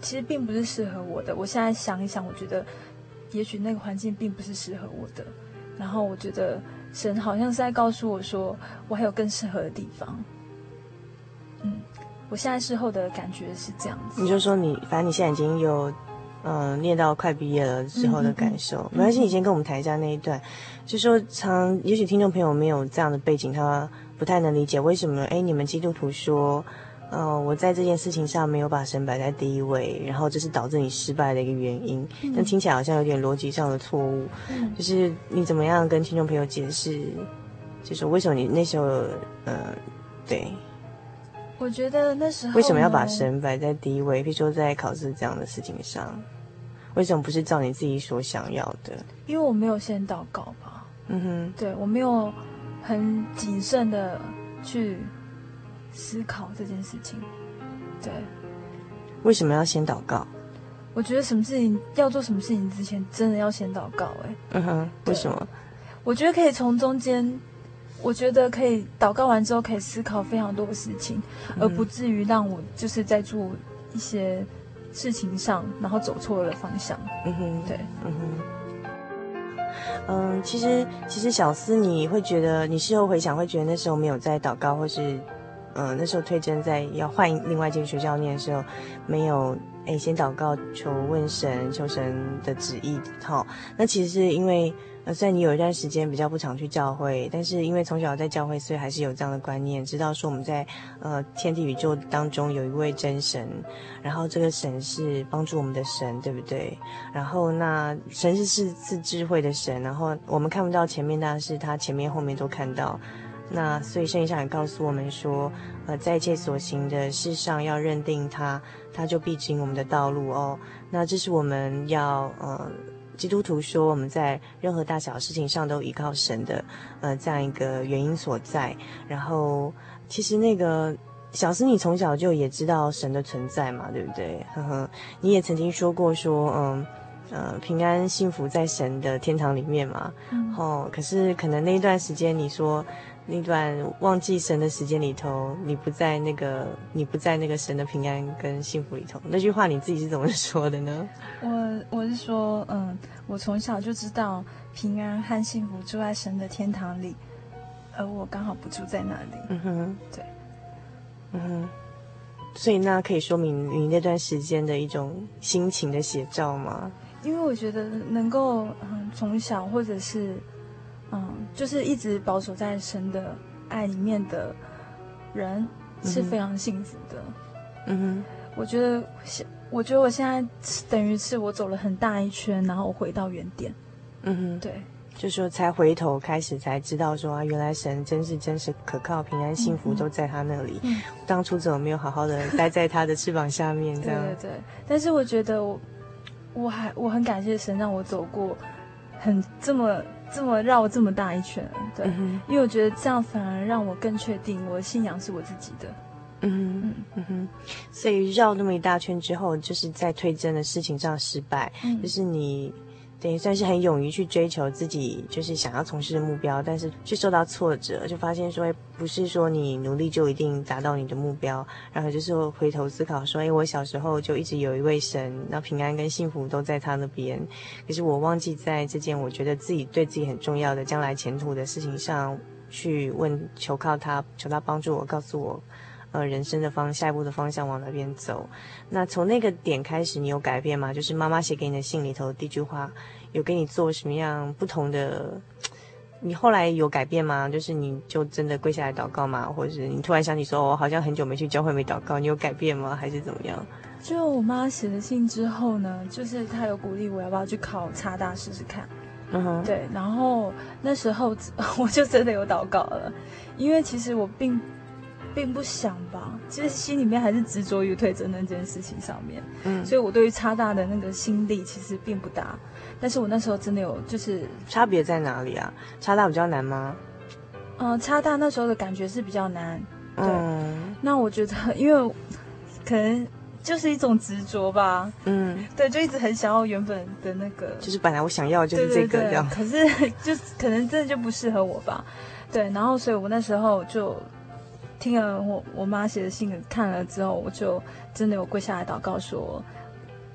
其实并不是适合我的。我现在想一想，我觉得也许那个环境并不是适合我的。然后我觉得神好像是在告诉我说，我还有更适合的地方。嗯，我现在事后的感觉是这样子。 你就说你，反正你现在已经有，嗯、呃，念到快毕业了之后的感受。嗯嗯嗯，没关系，你先跟我们谈一下那一段。就说常，也许听众朋友没有这样的背景，他不太能理解为什么，哎，你们基督徒说。呃，我在这件事情上没有把神摆在第一位，然后这是导致你失败的一个原因。那、嗯、听起来好像有点逻辑上的错误。嗯，就是你怎么样跟听众朋友解释，就是为什么你那时候，呃，对， 我觉得那时候为什么要把神摆在第一位？譬如说在考试这样的事情上，为什么不是照你自己所想要的？ 因为我没有先祷告吧。嗯哼，对，我没有很谨慎的去思考这件事情。对， 为什么要先祷告？ 我觉得什么事情要做什么事情之前，真的要先祷告。哎， 嗯哼，为什么？ 我觉得可以从中间，我觉得可以祷告完之后，可以思考非常多的事情，嗯、而不至于让我就是在做一些事情上，然后走错了方向。嗯哼，对，嗯哼。嗯，其实其实小思，你会觉得你事后回想，会觉得那时候没有在祷告，或是嗯那时候推甄在要换另外一间学校念的时候，没有哎先祷告求问神，求神的旨意。好，那其实是因为呃虽然你有一段时间比较不常去教会，但是因为从小在教会，所以还是有这样的观念，知道说我们在呃天地宇宙当中有一位真神，然后这个神是帮助我们的神，对不对？然后那神是是是智慧的神，然后我们看不到前面，但是他前面后面都看到。那所以圣经上也告诉我们说，呃，在一切所行的事上要认定他，他就必指引我们的道路哦。那这是我们要呃基督徒说我们在任何大小的事情上都依靠神的呃这样一个原因所在。然后其实那个小思，你从小就也知道神的存在嘛，对不对？呵呵，你也曾经说过说，嗯。呃，平安幸福在神的天堂里面嘛，嗯、哦，可是可能那一段时间，你说那段忘记神的时间里头，你不在那个，你不在那个神的平安跟幸福里头，那句话你自己是怎么说的呢？ 我我是说，嗯，我从小就知道平安和幸福住在神的天堂里，而我刚好不住在那里。嗯哼，对， 嗯哼。所以那可以说明你那段时间的一种心情的写照吗？ 因为我觉得能够嗯从小或者是嗯就是一直保守在神的爱里面的人是非常幸福的。嗯哼，我觉得我觉得我现在等于是我走了很大一圈，然后我回到原点。嗯哼，对。 就说才回头开始才知道说啊，原来神真是真实可靠，平安幸福都在他那里。嗯、当初怎么没有好好的待在他的翅膀下面？这样对对对。但是我觉得我我还我很感谢神让我走过很这么这么绕这么大一圈。对，嗯、因为我觉得这样反而让我更确定我的信仰是我自己的。 嗯嗯嗯哼，所以绕那么一大圈之后，就是在推甄的事情上失败，嗯、就是你。等于算是很勇于去追求自己就是想要从事的目标，但是却受到挫折，就发现说不是说你努力就一定达到你的目标，然后就是回头思考说，哎，我小时候就一直有一位神，那平安跟幸福都在他那边，可是我忘记在这件我觉得自己对自己很重要的将来前途的事情上去问求靠他，求他帮助我，告诉我呃，人生的方下一步的方向往哪边走。那从那个点开始你有改变吗？就是妈妈写给你的信里头第一句话有给你做什么样不同的，你后来有改变吗？就是你就真的跪下来祷告吗？或者是你突然想起说我好像很久没去教会没祷告，你有改变吗？还是怎么样？ 就我妈写了信之后呢，就是她有鼓励我要不要去考插大试试看。嗯哼，对，然后那时候我就真的有祷告了，因为其实我并并不想吧，其实心里面还是执着于推甄那件事情上面，嗯，所以我对于插大的那个心力其实并不大，但是我那时候真的有就是差别在哪里啊？插大比较难吗？ 嗯、呃，插大那时候的感觉是比较难，对，嗯、那我觉得因为可能就是一种执着吧，嗯，对，就一直很想要原本的那个， 就是本来我想要的就是这个，对对对，这样， 可是就可能真的就不适合我吧，对，然后所以我那时候就。听了我我妈写的信看了之后，我就真的有跪下来祷告说，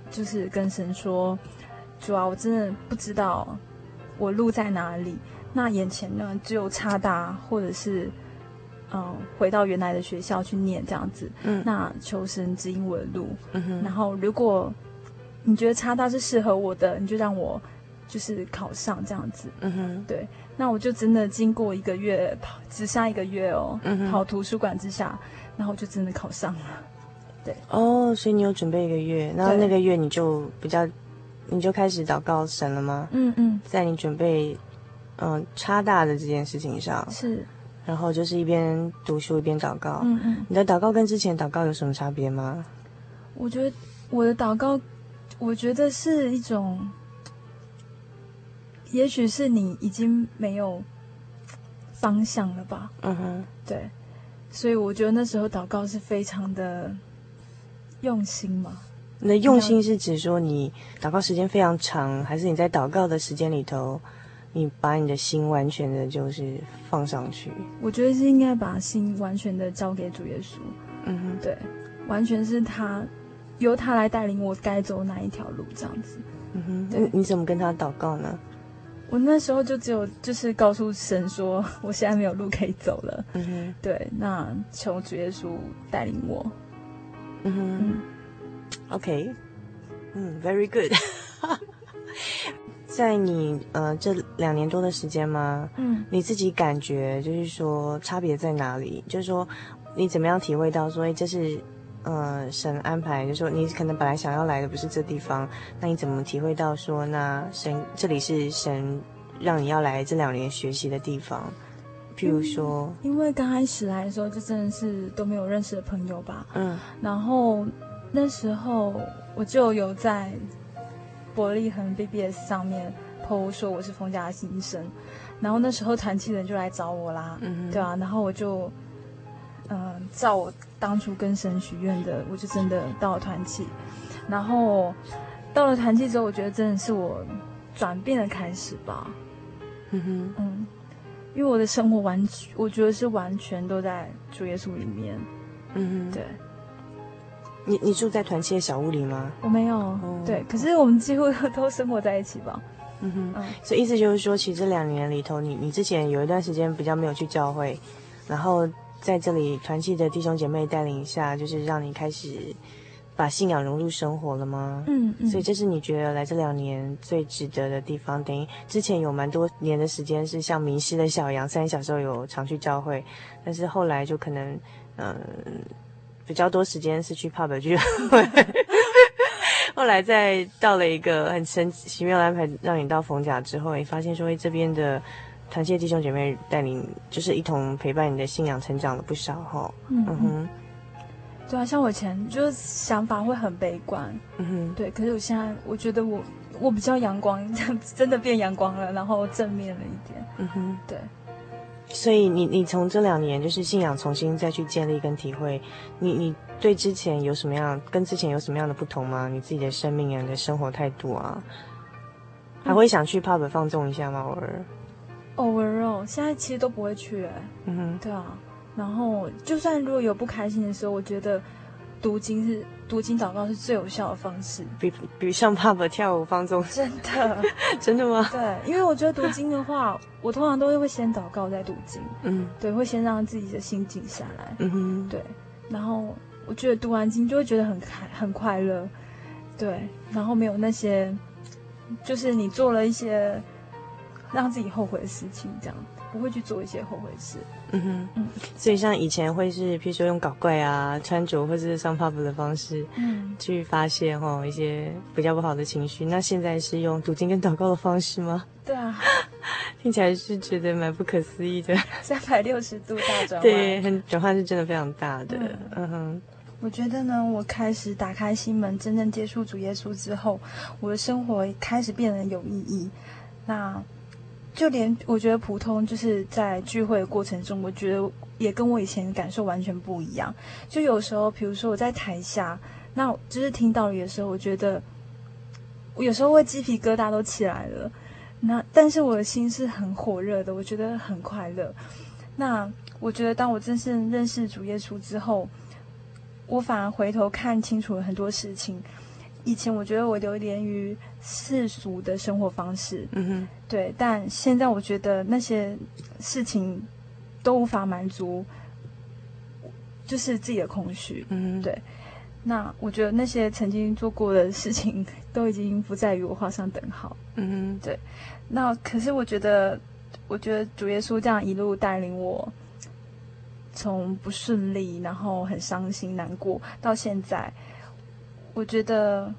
就是跟神说，主啊，我真的不知道我路在哪里，那眼前呢只有插大或者是嗯回到原来的学校去念这样子，嗯，那求神指引我的路，嗯哼，然后如果你觉得插大是适合我的，你就让我就是考上这样子，嗯哼，对，那我就真的经过一个月，只下一个月哦，嗯哼，跑图书馆之下，然后我就真的考上了，对， 哦，所以你有准备一个月，然后那个月你就比较，你就开始祷告神了吗？ 嗯嗯， 在你准备嗯插大的这件事情上是， 然后就是一边读书一边祷告， 嗯嗯， 你的祷告跟之前祷告有什么差别吗？ 我觉得我的祷告。我觉得是一种，也许是你已经没有方向了吧。嗯哼，对，所以我觉得那时候祷告是非常的用心嘛。 你的用心是指说你祷告时间非常长，还是你在祷告的时间里头，你把你的心完全的就是放上去？ 我觉得是应该把心完全的交给主耶稣。嗯哼，对，完全是他。由他来带领我该走哪一条路，这样子。 嗯哼，你你怎么跟他祷告呢？ 我那时候就只有就是告诉神说，我现在没有路可以走了。嗯哼，对，那求主耶稣带领我。 嗯哼，嗯 ，OK， 嗯 ，Very good 。在你呃这两年多的时间吗？嗯，你自己感觉就是说差别在哪里？就是说你怎么样体会到说，哎，这是。呃，神安排，就是说你可能本来想要来的不是这地方，那你怎么体会到说，那神这里是神让你要来这两年学习的地方？譬如说， 嗯、因为刚开始来的时候，就真的是都没有认识的朋友吧，嗯，然后那时候我就有在伯利恒 B B S 上面 po 说我是冯家的新生，然后那时候团契人就来找我啦，嗯，对啊，然后我就。嗯、呃，照我当初跟神许愿的，我就真的到了团契，然后到了团契之后，我觉得真的是我转变的开始吧。嗯哼，嗯，因为我的生活完，我觉得是完全都在主耶稣里面。嗯哼，对。 你你住在团契的小屋里吗？ 我没有，哦、对，可是我们几乎都生活在一起吧。 嗯哼，嗯，所以意思就是说，其实这两年里头，你你之前有一段时间比较没有去教会，然后。在这里团契的弟兄姐妹带领下，就是让你开始把信仰融入生活了吗？嗯嗯。所以这是你觉得来这两年最值得的地方。等于之前有蛮多年的时间是像迷失的小羊，虽然小时候有常去教会，但是后来就可能嗯、呃、比较多时间是去 pub 聚会。后来再到了一个很神奇妙的安排，让你到逢甲之后，你发现说这边的。团契弟兄姐妹带领，就是一同陪伴你的信仰成长了不少哈。嗯哼， 对啊，像我以前就是想法会很悲观，嗯哼，对。可是我现在我觉得我我比较阳光，真的变阳光了，然后正面了一点。嗯哼，对。 所以你你从这两年就是信仰重新再去建立跟体会，你你对之前有什么样跟之前有什么样的不同吗？你自己的生命啊，你的生活态度啊，还会想去 pub 放纵一下吗？偶尔？ 偶尔哦，现在其实都不会去哎，嗯哼，对啊，然后就算如果有不开心的时候，我觉得读经是读经祷告是最有效的方式， 比比上 pub 跳舞放纵， 真的真的吗？ 对，因为我觉得读经的话，我通常都会先祷告再读经，嗯，对，会先让自己的心静下来，嗯哼，对，然后我觉得读完经就会觉得很开很快乐，对，然后没有那些就是你做了一些。让自己后悔的事情，这样不会去做一些后悔的事。嗯哼，嗯， 所以像以前会是，譬如说用搞怪啊、穿着或是上 pub 的方式，嗯，去发泄哈一些比较不好的情绪。那现在是用读经跟祷告的方式吗？ 对啊， 听起来是觉得蛮不可思议的。 三百六十度大转换， 对，很转换是真的非常大的。嗯, 嗯哼。 我觉得呢，我开始打开心门，真正接触主耶稣之后，我的生活开始变得有意义。那就连我觉得普通就是在聚会的过程中，我觉得也跟我以前的感受完全不一样。就有时候，比如说我在台下，那就是听道理的时候，我觉得我有时候会鸡皮疙瘩都起来了。那但是我的心是很火热的，我觉得很快乐。那我觉得当我真正认识主耶稣之后，我反而回头看清楚了很多事情。 以前我觉得我流连于世俗的生活方式， 嗯哼， 对，但现在我觉得那些事情都无法满足，就是自己的空虚， 嗯， 对。那我觉得那些曾经做过的事情都已经不再与我画上等号， 嗯哼， 对。那可是我觉得，我觉得主耶稣这样一路带领我，从不顺利，然后很伤心难过，到现在，我觉得，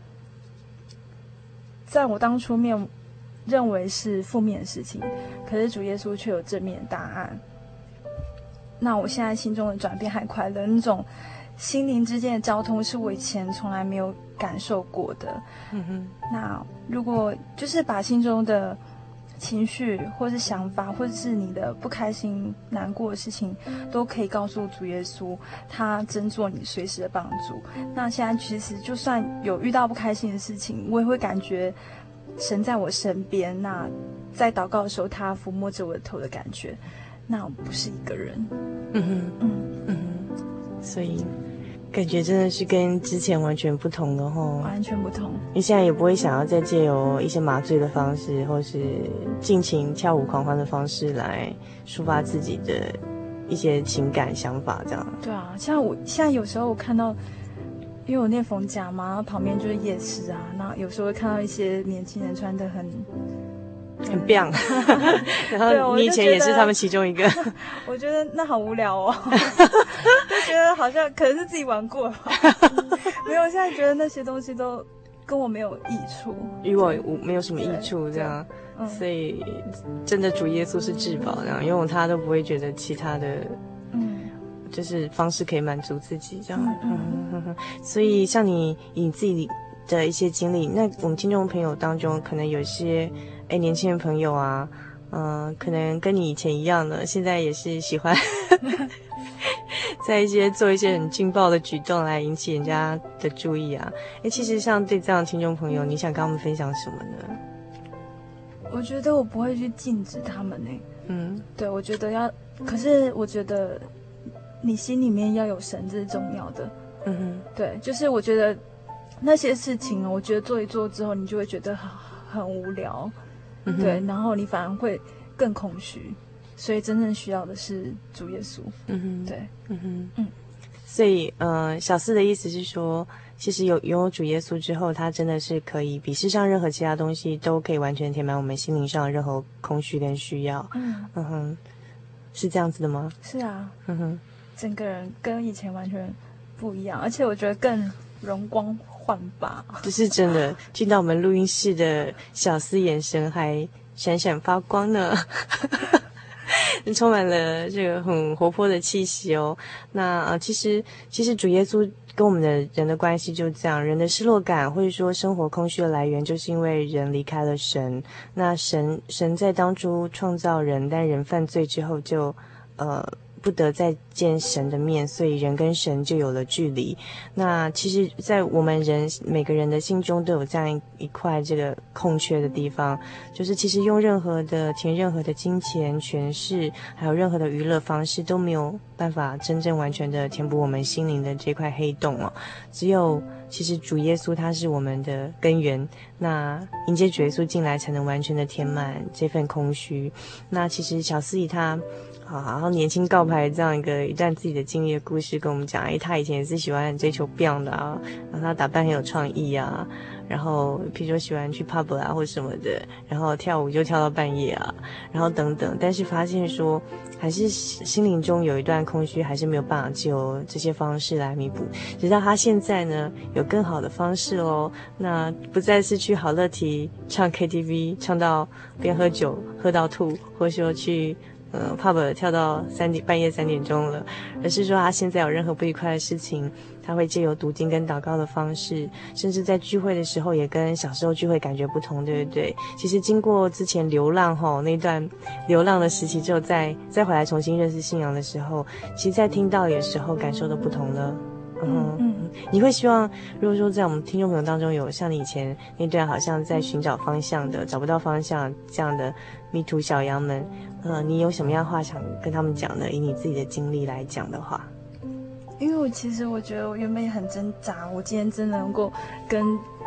在我当初面认为是负面的事情，可是主耶稣却有正面的答案。那我现在心中的转变和快乐，那种心灵之间的交通是我以前从来没有感受过的。 嗯哼， 那如果就是把心中的情绪或是想法或者是你的不开心难过的事情都可以告诉主耶稣，他真做你随时的帮助。那现在其实就算有遇到不开心的事情，我也会感觉神在我身边，那在祷告的时候他抚摸着我的头的感觉，那我不是一个人。 嗯哼，嗯嗯哼，所以感觉真的是跟之前完全不同的吼， 完全不同。 你现在也不会想要再借由一些麻醉的方式，或是尽情跳舞狂欢的方式来抒发自己的一些情感想法，这样。 对啊，像我现在有时候我看到，因为我念逢甲嘛，然后旁边就是夜市啊，那有时候会看到一些年轻人穿得很很棒，然后你以前也是他们其中一个。 我觉得那好无聊哦，就觉得好像可能是自己玩过吧。没有，现在觉得那些东西都跟我没有益处， 与我没有什么益处，这样。嗯、所以真的主耶稣是至宝，这样用他都不会觉得其他的，嗯，就是方式可以满足自己，这样。嗯嗯嗯。所以像你以你自己的一些经历，那我们听众朋友当中可能有些。哎，年轻人朋友啊，嗯、呃，可能跟你以前一样的，现在也是喜欢在一些做一些很劲爆的举动来引起人家的注意啊。哎，其实像对这样的听众朋友，你想跟他们分享什么呢？ 我觉得我不会去禁止他们呢、欸。 嗯， 对，我觉得要，可是我觉得你心里面要有神，这是重要的。 嗯哼， 对，就是我觉得那些事情，我觉得做一做之后，你就会觉得很很无聊。 嗯、 对，然后你反而会更空虚，所以真正需要的是主耶稣。 嗯哼， 对， 嗯哼， 嗯， 所以，呃，小四的意思是说，其实有拥有主耶稣之后，他真的是可以比世上任何其他东西都可以完全填满我们心灵上的任何空虚跟需要。 嗯嗯哼，是这样子的吗？ 是啊， 嗯哼， 整个人跟以前完全不一样，而且我觉得更容光焕发。 这是真的，进到我们录音室的小四眼神还闪闪发光呢，充满了这个很活泼的气息哦。那呃，其实其实主耶稣跟我们的人的关系就这样，人的失落感或者说生活空虚的来源，就是因为人离开了神。那神神在当初创造人，但人犯罪之后就呃。不得再见神的面，所以人跟神就有了距离。那其实在我们人每个人的心中都有这样一块这个空缺的地方，就是其实用任何的填任何的金钱权势还有任何的娱乐方式都没有办法真正完全的填补我们心灵的这块黑洞哦。只有其实主耶稣他是我们的根源，那迎接主耶稣进来才能完全的填满这份空虚。那其实小思怡他好，然后年轻告白这样一个一段自己的经历的故事跟我们讲，诶，他以前也是喜欢追求 Beyond 的啊，然后他打扮很有创意啊，然后譬如说喜欢去 pub 啊或什么的，然后跳舞就跳到半夜啊，然后等等，但是发现说还是心灵中有一段空虚，还是没有办法就这些方式来弥补。直到他现在呢有更好的方式哦，那不再是去好乐迪唱 K T V 唱到边喝酒喝到吐，或者说去呃 pub 跳到三点半夜三点钟了，而是说他现在有任何不愉快的事情，他会借由读经跟祷告的方式，甚至在聚会的时候也跟小时候聚会感觉不同，对不对？其实经过之前流浪吼那段流浪的时期之后，再再回来重新认识信仰的时候，其实在听道理的时候感受都不同了。嗯嗯，你会希望如果说在我们听众朋友当中有像你以前那段好像在寻找方向的找不到方向这样的迷途小羊们，呃，你有什么样的话想跟他们讲呢？以你自己的经历来讲的话， 因为我其实我觉得我原本也很挣扎，我今天真的能够跟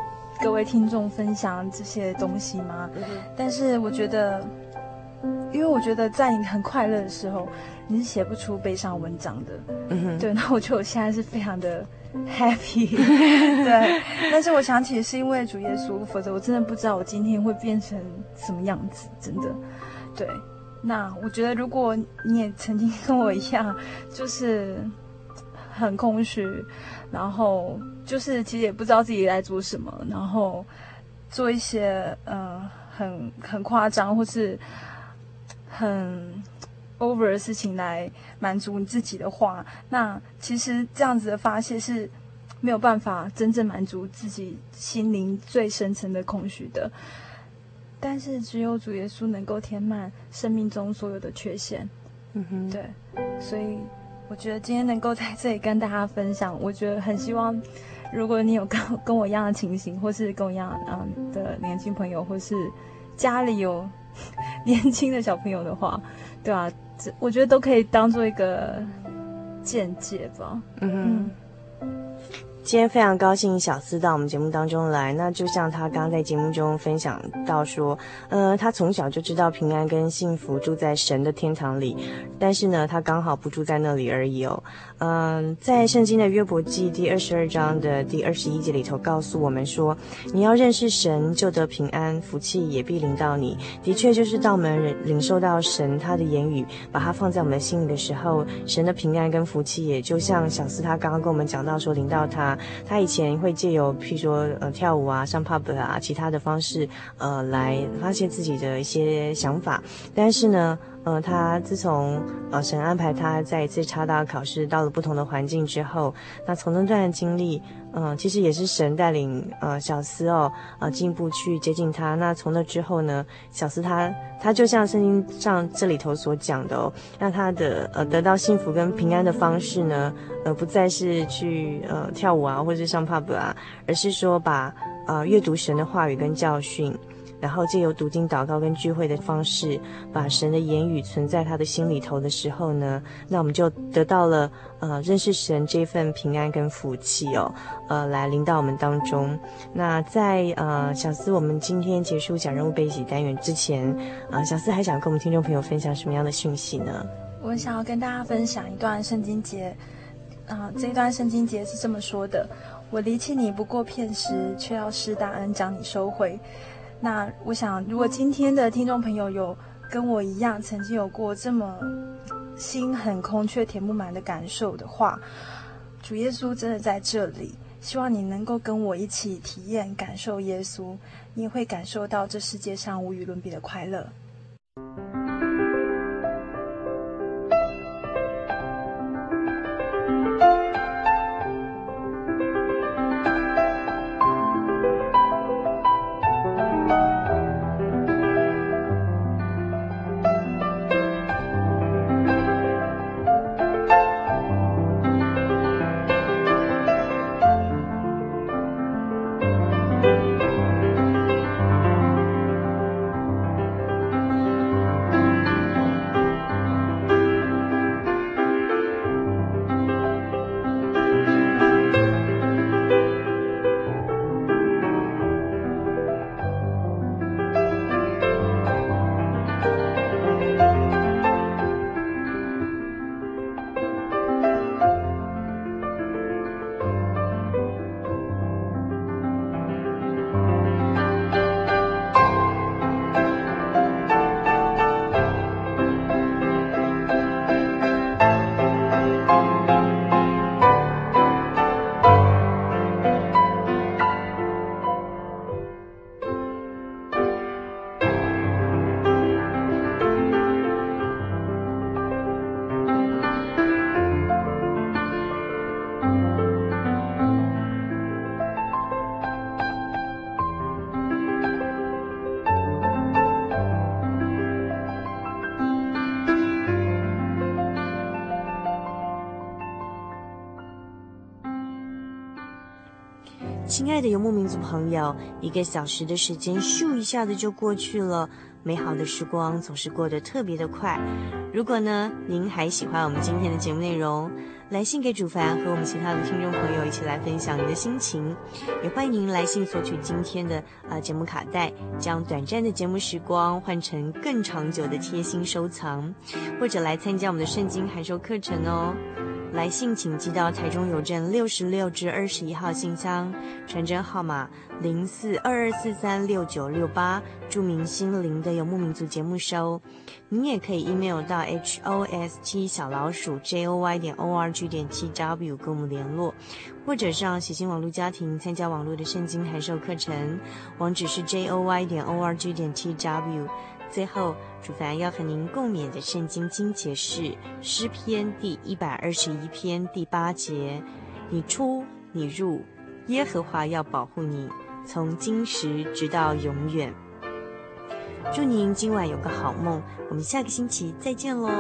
各位听众分享这些东西吗？ 嗯、 但是我觉得，因为我觉得在你很快乐的时候，你是写不出悲伤文章的。 嗯哼， 对，那我觉得我现在是非常的 happy。对，但是我想起是因为主耶稣，否则我真的不知道我今天会变成什么样子，真的。对，那我觉得如果你也曾经跟我一样，就是很空虚，然后就是其实也不知道自己在做什么，然后做一些呃很很夸张或是很 over 的事情来满足你自己的话，那其实这样子的发泄是没有办法真正满足自己心灵最深层的空虚的。但是只有主耶稣能够填满生命中所有的缺陷。 嗯哼， 对，所以我觉得今天能够在这里跟大家分享，我觉得很希望，如果你有跟跟我一样的情形，或是跟我一样嗯的年轻朋友，或是家里有年轻的小朋友的话，对啊，我觉得都可以当做一个见解吧。 嗯哼。嗯，今天非常高兴小思到我们节目当中来，那就像他刚刚在节目中分享到说，呃，他从小就知道平安跟幸福住在神的天堂里，但是呢，他刚好不住在那里而已哦。嗯、呃，在圣经的约伯记第二十二章的第二十一节里头告诉我们说，你要认识神，就得平安，福气也必临到你。的确，就是当我们领受到神他的言语，把它放在我们的心里的时候，神的平安跟福气也就像小思他刚刚跟我们讲到说，临到他。他以前会借由譬如说呃跳舞啊、上 pub 啊其他的方式呃来发泄自己的一些想法，但是呢呃他自从呃神安排他在一次插大考试到了不同的环境之后，那从那段经历嗯、呃、其实也是神带领呃小思哦呃进一步去接近他。那从那之后呢，小思他他就像圣经上这里头所讲的哦，让他的呃得到幸福跟平安的方式呢呃不再是去呃跳舞啊或者是上 pub 啊，而是说把呃阅读神的话语跟教训，然后借由读经祷告跟聚会的方式，把神的言语存在他的心里头的时候呢，那我们就得到了呃认识神这份平安跟福气哦，呃来临到我们当中。那在呃小思我们今天结束小人物悲喜单元之前啊、呃，小思还想跟我们听众朋友分享什么样的讯息呢？ 我想要跟大家分享一段圣经节啊、呃，这一段圣经节是这么说的：我离弃你不过片时，却要施大恩将你收回。那我想，如果今天的听众朋友有跟我一样曾经有过这么心很空却填不满的感受的话，主耶稣真的在这里，希望你能够跟我一起体验感受耶稣，你也会感受到这世界上无与伦比的快乐。 亲爱的游牧民族朋友，一个小时的时间咻一下子就过去了，美好的时光总是过得特别的快。如果呢您还喜欢我们今天的节目内容， 来信给主凡和我们其他的听众朋友一起来分享您的心情，也欢迎您来信索取今天的呃节目卡带，将短暂的节目时光换成更长久的贴心收藏，或者来参加我们的圣经函授课程哦。来信请寄到台中邮政六十六至二十一号信箱，传真号码零四二二四三六九六八，注明心灵的游牧民族节目收。您也可以 email 到 h o s 七 小老鼠 j o y 点 o r g 点 t w 跟我们联络，或者上喜信网络家庭参加网络的圣经函授课程，网址是 j o y 点 o r g 点 t w。最后，主凡要和您共勉的圣经经节是诗篇第一百二十一篇第八节：你出你入，耶和华要保护你，从今时直到永远。祝您今晚有个好梦，我们下个星期再见喽。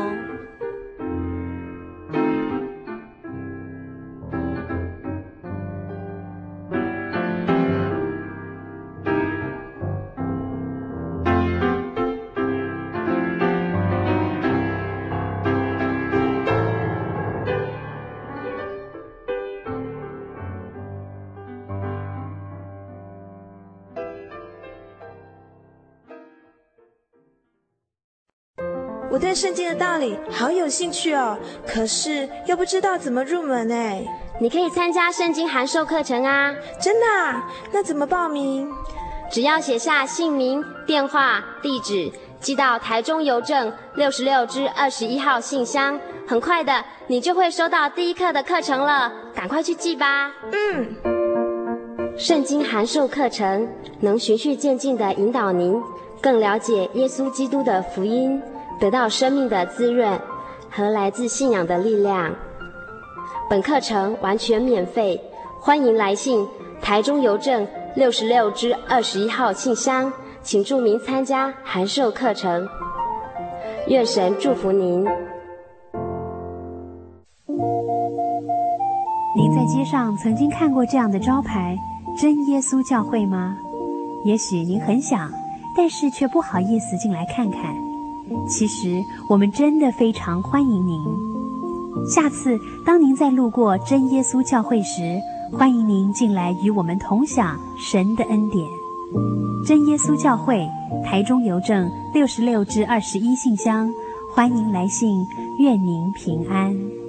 我对圣经的道理好有兴趣哦，可是又不知道怎么入门哎。 你可以参加圣经函授课程啊。 真的啊？那怎么报名？ 只要写下姓名、电话、地址，寄到台中邮政六十六至二十一号信箱，很快的你就会收到第一课的课程了，赶快去寄吧。 嗯。 圣经函授课程能循序渐进地引导您更了解耶稣基督的福音，得到生命的滋润和来自信仰的力量。本课程完全免费，欢迎来信台中邮政六十六至二十一号信箱，请注明参加函授课程。愿神祝福您。 您在街上曾经看过这样的招牌“真耶稣教会”吗？也许您很想，但是却不好意思进来看看。其实我们真的非常欢迎您。下次当您在路过真耶稣教会时，欢迎您进来与我们同享神的恩典。真耶稣教会，台中邮政六十六至二十一信箱，欢迎来信，愿您平安。